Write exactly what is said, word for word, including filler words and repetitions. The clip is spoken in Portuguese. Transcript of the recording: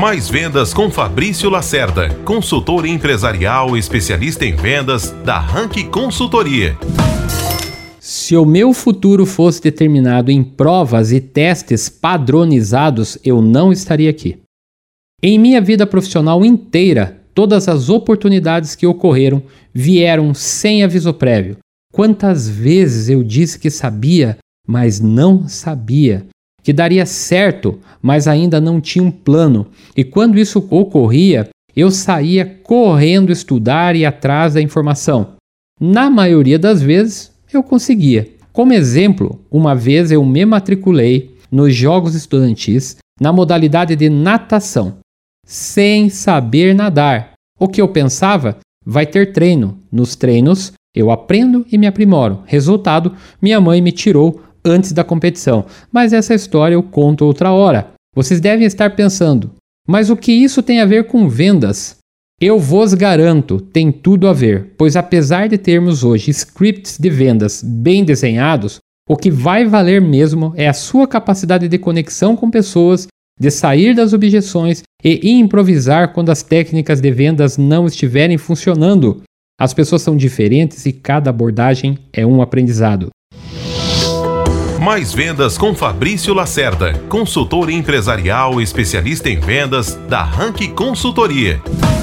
Mais Vendas com Fabrício Lacerda, consultor empresarial especialista em vendas da Rank Consultoria. Se o meu futuro fosse determinado em provas e testes padronizados, eu não estaria aqui. Em minha vida profissional inteira, todas as oportunidades que ocorreram vieram sem aviso prévio. Quantas vezes eu disse que sabia, mas não sabia. Que daria certo, mas ainda não tinha um plano. E quando isso ocorria, eu saía correndo estudar e ir atrás da informação. Na maioria das vezes, eu conseguia. Como exemplo, uma vez eu me matriculei nos Jogos Estudantis na modalidade de natação, sem saber nadar. O que eu pensava? Vai ter treino. Nos treinos, eu aprendo e me aprimoro. Resultado, minha mãe me tirou antes da competição. Mas essa história eu conto outra hora. Vocês devem estar pensando, mas o que isso tem a ver com vendas? Eu vos garanto, tem tudo a ver, pois apesar de termos hoje scripts de vendas bem desenhados, o que vai valer mesmo é a sua capacidade de conexão com pessoas, de sair das objeções e improvisar quando as técnicas de vendas não estiverem funcionando. As pessoas são diferentes e cada abordagem é um aprendizado. Mais Vendas com Fabrício Lacerda, consultor empresarial especialista em vendas da Rank Consultoria.